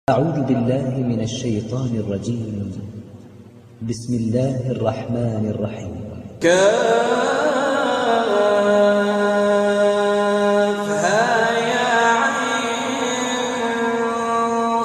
أعوذ بالله من الشيطان الرجيم. بسم الله الرحمن الرحيم. كافها يا عين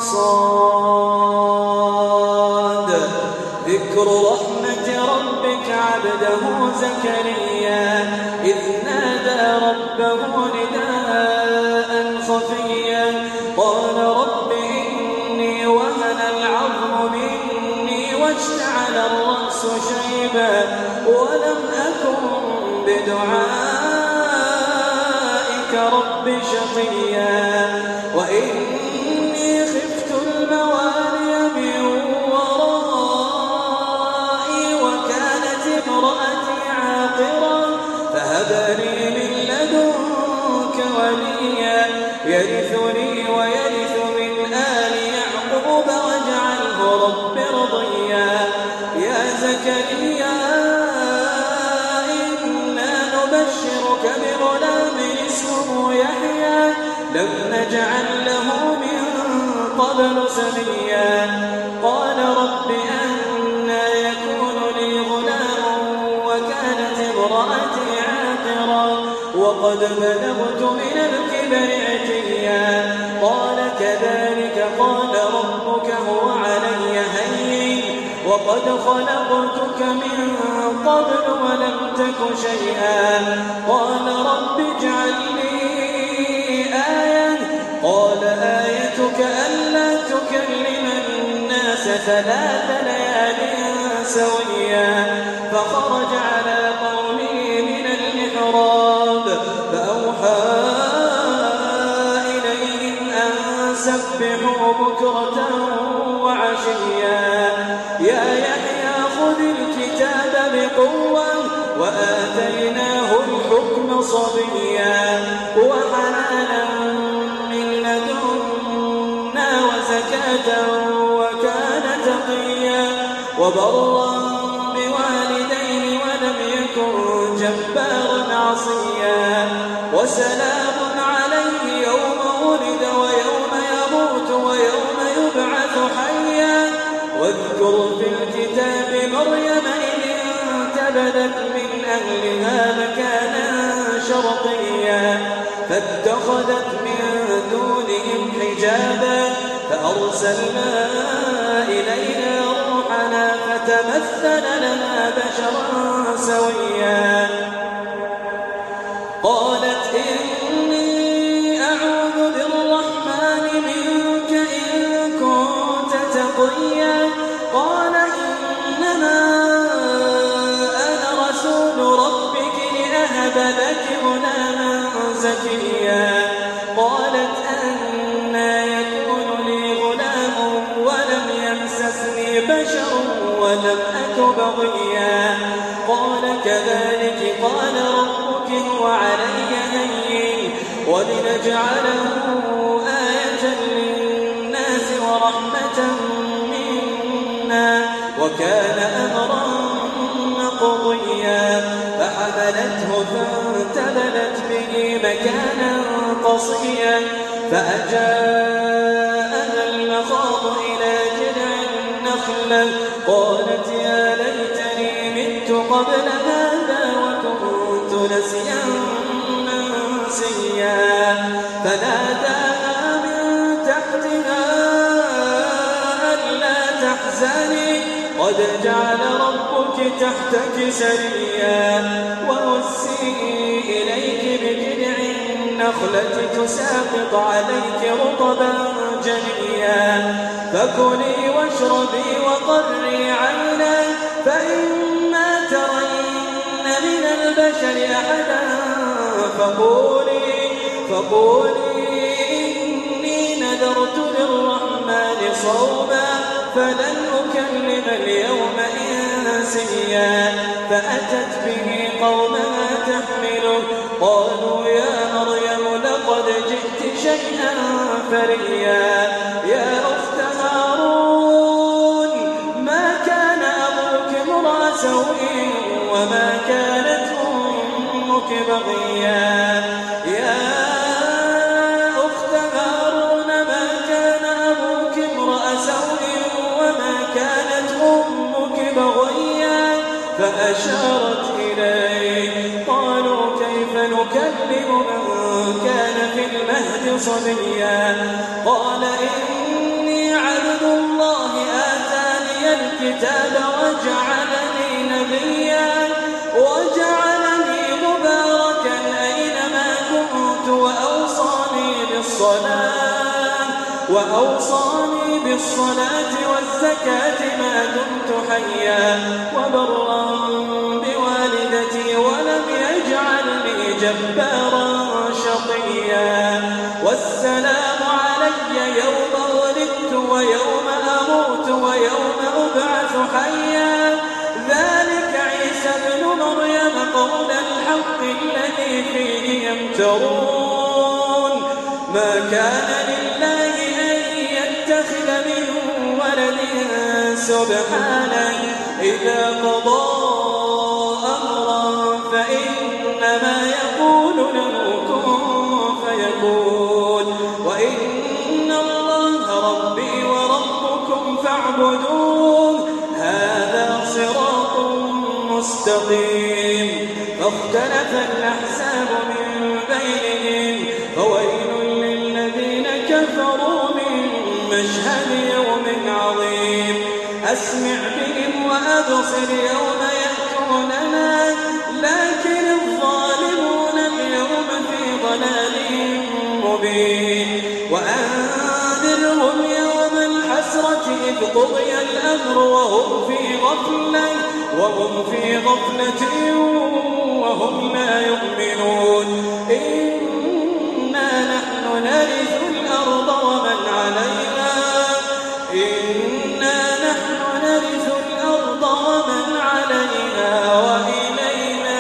صاد ذكر رحمة ربك عبده زكريا إذ نادى ربه نداء خفيا قال رب إني وهن العظم مني واشتعل الرأس شيبا ولم أكن بدعائك رب شقيا وإني خفت الموالي من ورائي وكانت امرأتي عاقرا فهب لي من لدنك وليا يرثني ويرث من آل يعقوب واجعله رب رضيا يا زكريا إنا نبشرك بغلام اسمه يحيى لم نجعل له من قبل سميا قال رب أنى يكون لي غلام وكانت امرأتي عاقرا وقد بلغت من الكبر عتيا قال كذلك قال ربك هو علي هين وقد خلقتك من قبل ولم تك شيئا قال رب اجعل لي آية قال آيتك ألا تكلم الناس 3 ليال سويا فخرج على قومه من المحراب فأوحى إليهم أن سبحوا بكرة وعشيا يا يحيى خذ الكتاب بقوة وآتيناه الحكم صبيا وحنانا من لدنا وزكاة وكان تقيا وبرا بوالديه ولم يكن جبارا عصيا وسلام عليه يوم ولد ويوم يموت ويوم يبعث حيا واذكر في الكتاب مريم إذ انتبذت من أهلها مكانا شرقيا فاتخذت من دونهم حجابا فأرسلنا إليها روحنا فتمثل لنا بشرا سويا قالت إني أعوذ بالرحمن منك إن كنت تقيا قال إنما أنا رسول ربك لأهب لك غلاما زكيا قالت أنى يكون لي غلام ولم يمسسني بشر ولم أك بغيا قال كذلك قال ربك هو علي هين ولنجعله آية للناس ورحمة منا وكان أمرا مقضيا فحملته فانتبذت به مكانا قصيا فأجاءها المخاض إلى جذع النخلة قالت يا ليتني مت قبل هذا وكنت نسيا منسيا فناداها من تحتها ألا تحزني قد جعل ربك تحتك سريا وهزي إليك بجذع النخلة تساقط عليك رطبا جنيا فكلي واشربي وقري عينا فإما ترين من البشر أحدا فقولي إني نذرت للرحمن صوما فلن أكلم اليوم إنسيا فأتت به قومها تحمله قالوا يا مريم لقد جئت شيئا فريا يا أخت هارون ما كان أبوك امرأ سوء وما كانت أمك بغيا يا أخت هارون ما كان أبوك فأشارت إليه. قالوا كيف نكلم من كان في المهد صبيا؟ قال إني عبد الله آتاني الكتاب وجعلني نبيا وجعلني مباركا أينما كنت وأوصاني بالصلاة والزكاة ما دمت حيا وبرا بوالدتي ولم يجعلني جبارا شقيا. والسلام علي يوم ولدت ويوم أموت ويوم أبعث حيا. ذلك عيسى ابن مريم قول الحق الذي فيه يمترون. ما كان لله أن يتخذ من ولد سبحانه إذا قضى أمرا فإنما يقول له كن فيكون. وإن الله ربي وربكم فاعبدوه هذا صراط مستقيم. فاختلف الأحزاب من بينهم فويل للذين كفروا من مشهد يوم عظيم. أسمع بهم وأبصر يوم يأتوننا لكن الظالمون اليوم في ضلال مبين. وأنذرهم يوم الحسرة إذ قضي الأمر وهم في غفلة وهم لا يؤمنون. إنا نحن نرث الأرض ومن عليها وإلينا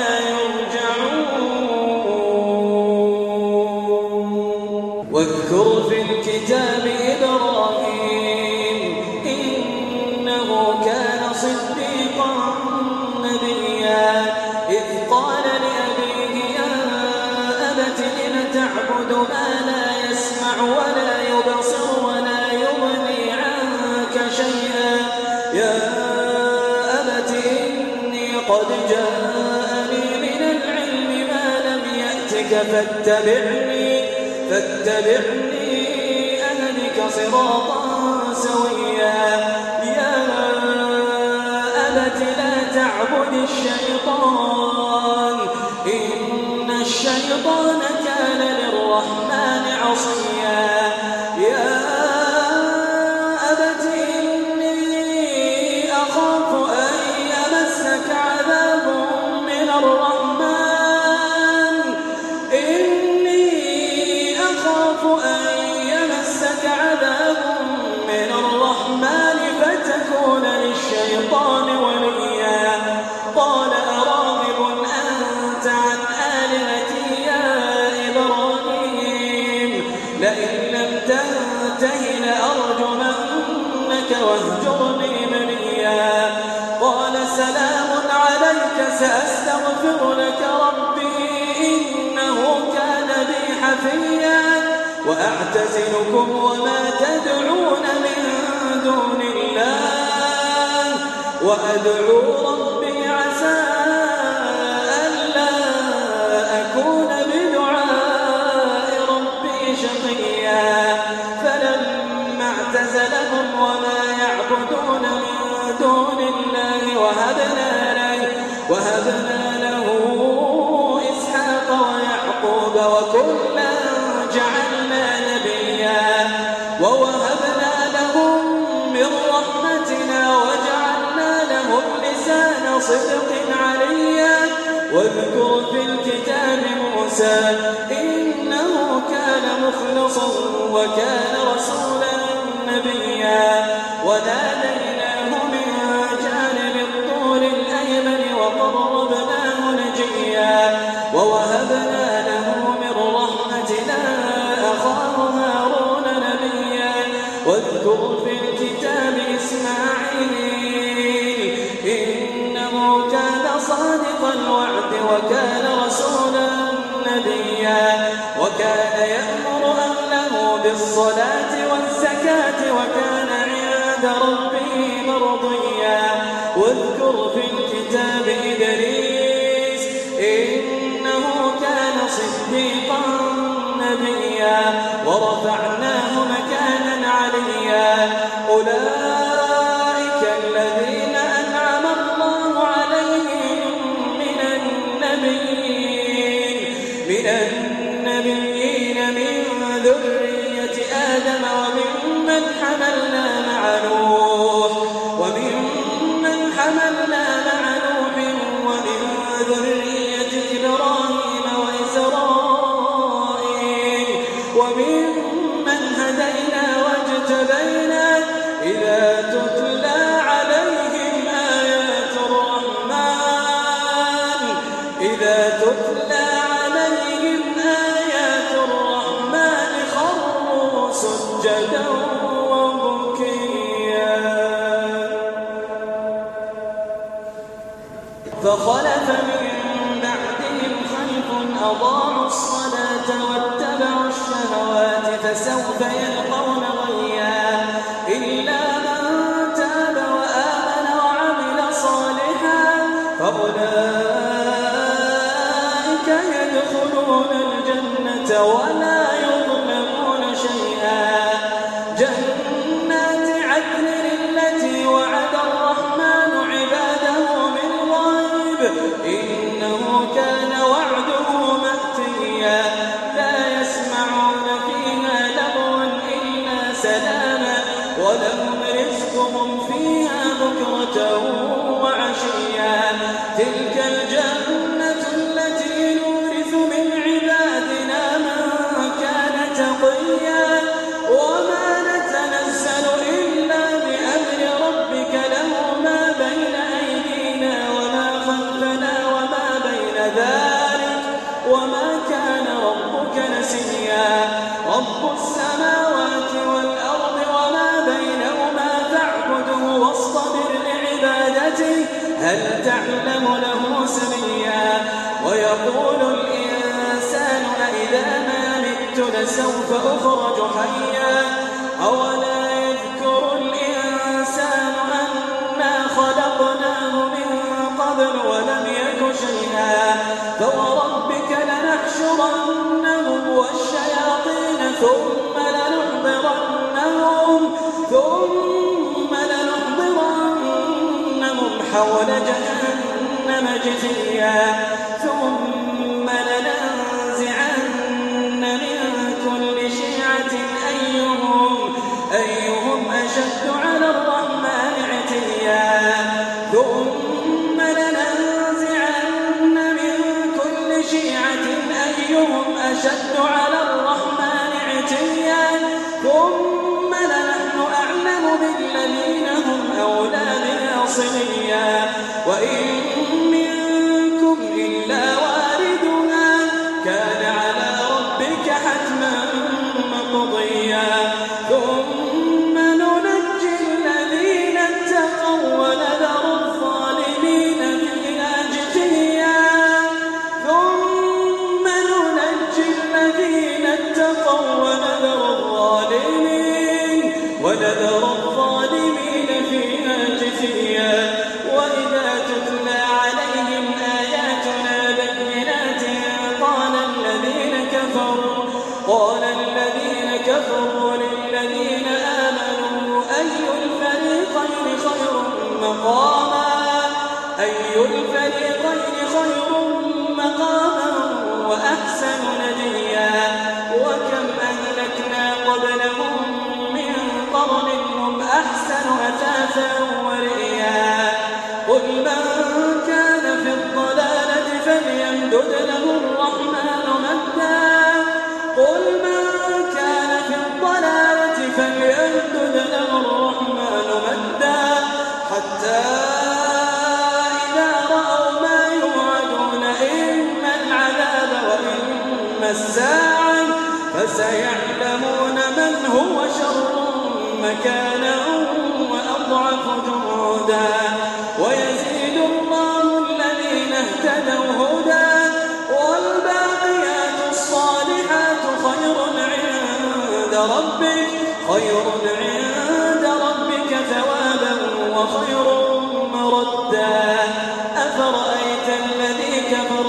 يرجعون. واذكر في الكتاب إبراهيم إنه كان صديقا نبيا إذ قال لأبيه يا أبت لم تعبد ما لا يسمع ولا يبصر ولا يغني عنك شيئا. يا أبت إني قد جاءني من العلم ما لم يأتك فاتبعني أهدك صراطا سويا. يا أبت لا تعبد الشيطان إن الشيطان كان للرحمن عصيا. يا أبت إني أخاف أن يمسك عذاب من الرحمن فتكون للشيطان وليا. قال أراغب أنت عن آلهتي يا إبراهيم لئن لم تنته لأرجمنك واهجرني مليا. قال سلام عليك سأستغفر لك ربي إنه كان بي حفيا. وأعتزلكم وما تدعون من دون الله وأدعو ربي عسى ألا أكون بدعاء ربي شقيا. فلما اعتزلهم وما يعبدون من دون الله وهبنا له إسحاق ويعقوب وكلا جعلنا نبيا. ووهبنا لهم من رحمتنا وجعلنا لهم لسان صدق عليا. واذكر في الكتاب موسى إنه كان مخلصا وكان رسولا نبيا. وناديناه من جانب الطور الأيمن وقربناه نجيا. ووهبنا له من رحمتنا أخاه هارون نبيا. واذكر في الكتاب إسماعيل إنه كان صادق الوعد وكان رسولا نبيا. وكان يأمر أهله بالصلاة والزكاة وكان عند ربه مرضيا. واذكر في الكتاب إدريس عليا أولئك الذين أنعم الله عليهم من النبيين من ذرية آدم وممن حملنا مع نوح ومن ذرية إبراهيم وإسرائيل وممن هدينا واجتبينا إذا تتلى عليهم آيات الرحمن خروا سجدا وبكيا فخلف من بعدهم خلف أضاعوا الصلاة واتبعوا الشهوات فسوف يلقون غيا إلا من تاب وآمن وعمل صالحا فأولئك يدخلون الجنة ولا يظلمون شيئا جنات عدن التي وعد الرحمن عباده بالغيب إنه كان وعده مأتيا لا يسمعون فيها لغوا إلا سلاما ولهم رزقهم فيها بكرة وعشيا تلك الجنة التي نورث من عبادنا من كان تقيا وما نتنزل إلا بأمر ربك له ما بين أيدينا وما خلفنا وما بين ذلك وما كان ربك نسيا رب السماوات والأرض وما بينهما فاعبده واصطبر لعبادته هل تعلم له سميا ويقول الإنسان أإذا ما مت لسوف أخرج حيا أولا يذكر الإنسان أنا خلقناه من قبل ولم يك شيئا فوربك لنحشرنهم والشياطين ثم لنحضرنهم حول جهنم جثيا ثم لننزعن من كل شيعة أيهم أشد على الرحمن عتيا ثم لننزعن من كل شيعة أيهم أشد على الرحمن عتيا ثم لنحن أعلم بالذين هم أولى بها صليا وإن منكم إلا واردها كان على ربك حتما مقضيا ثم ننجي الذين اتقوا ونذر الظالمين فيها جثيا ثم ننجي الذين اتقوا ونذر الظالمين فيها جثيا وإذا تتلى عليهم آياتنا بينات قال الذين كفروا للذين آمنوا أي الفريقين خير مقاما وأحسن نديا وكم أهلكنا قبلهم من قرن هم أحسن أثاثا ورئيا قل من كان في الضلالة فليمدد له الرحمن مدا حتى إذا رأوا ما يوعدون إما العذاب وإما الساعة فسيعلمون من هو شر مكانا وأضعف جنودا ويزيد الله الذين اهتدوا هدى والباقيات الصالحات خير عند ربك ثوابا وخير مردا أفرأيت الذي كفر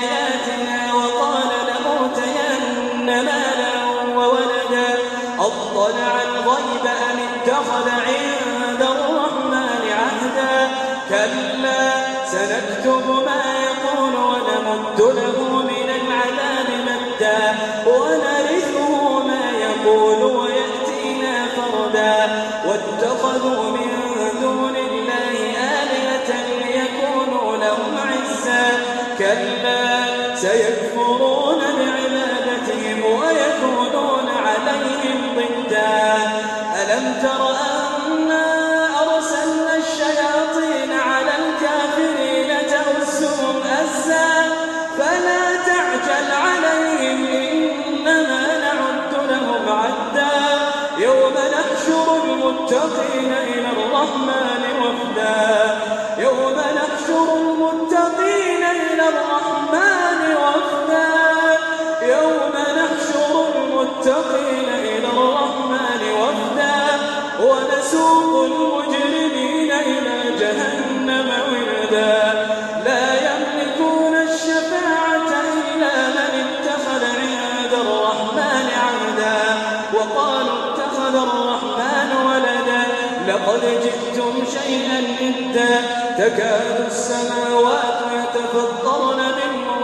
بآياتنا وقال لأوتين مالا وولدا أطلع الغيب أم اتخذ عند الرحمن عهدا كلا سنكتب ما يقول ونمد له من العذاب مدا ونرثه ما يقول ويأتينا فردا واتخذوا من دون الله آلهة ليكونوا لهم عزا كلا سيكفرون بعبادتهم ويكونون عليهم ضدا ألم تر أنا أرسلنا الشياطين على الكافرين تؤزهم أزا فلا تعجل عليهم إنما نعد لهم عدا يوم نحشر المتقين إلى الرحمن وفدا يوم نحشر المتقين إلى الرحمن وفدا يوم نحشر المتقين إلى الرحمن وفدا ونسوق المجرمين إلى جهنم وردا لا يملكون الشفاعة إلا من اتخذ عند الرحمن عهدا وقالوا اتخذ الرحمن ولدا لقد جئتم شيئا إدا تكاد السماوات يتفطرن منه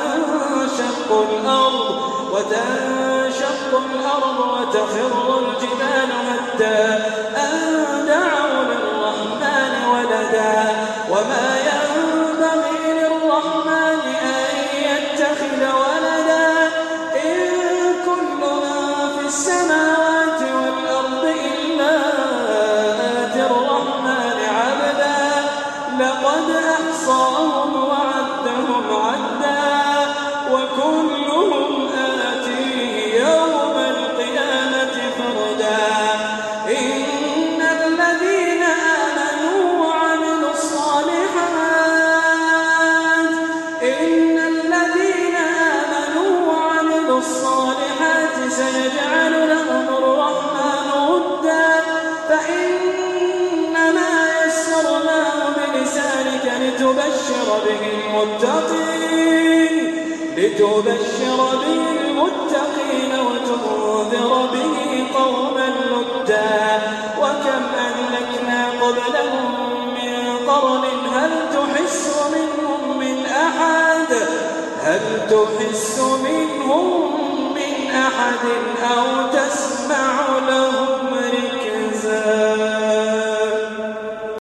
وتنشق الأرض وتخر الجبال هدا أن دعوا للرحمن ولدا وما ينبغي للرحمن أن يتخذ ولدا إن كل من في السماوات والأرض إلا آتي الرحمن عبدا لقد أحصاهم وعدهم عدا وكلهم آتيه يوم القيامة فردا إن الذين آمنوا وعملوا الصالحات سيجعل لهم الرحمن ودا فإنما يسرناه بلسانك لتبشر به المتقين وتنذر به قوما لدا وكم أهلكنا قبلهم من قرن هل تحس منهم من أحد أو تسمع لهم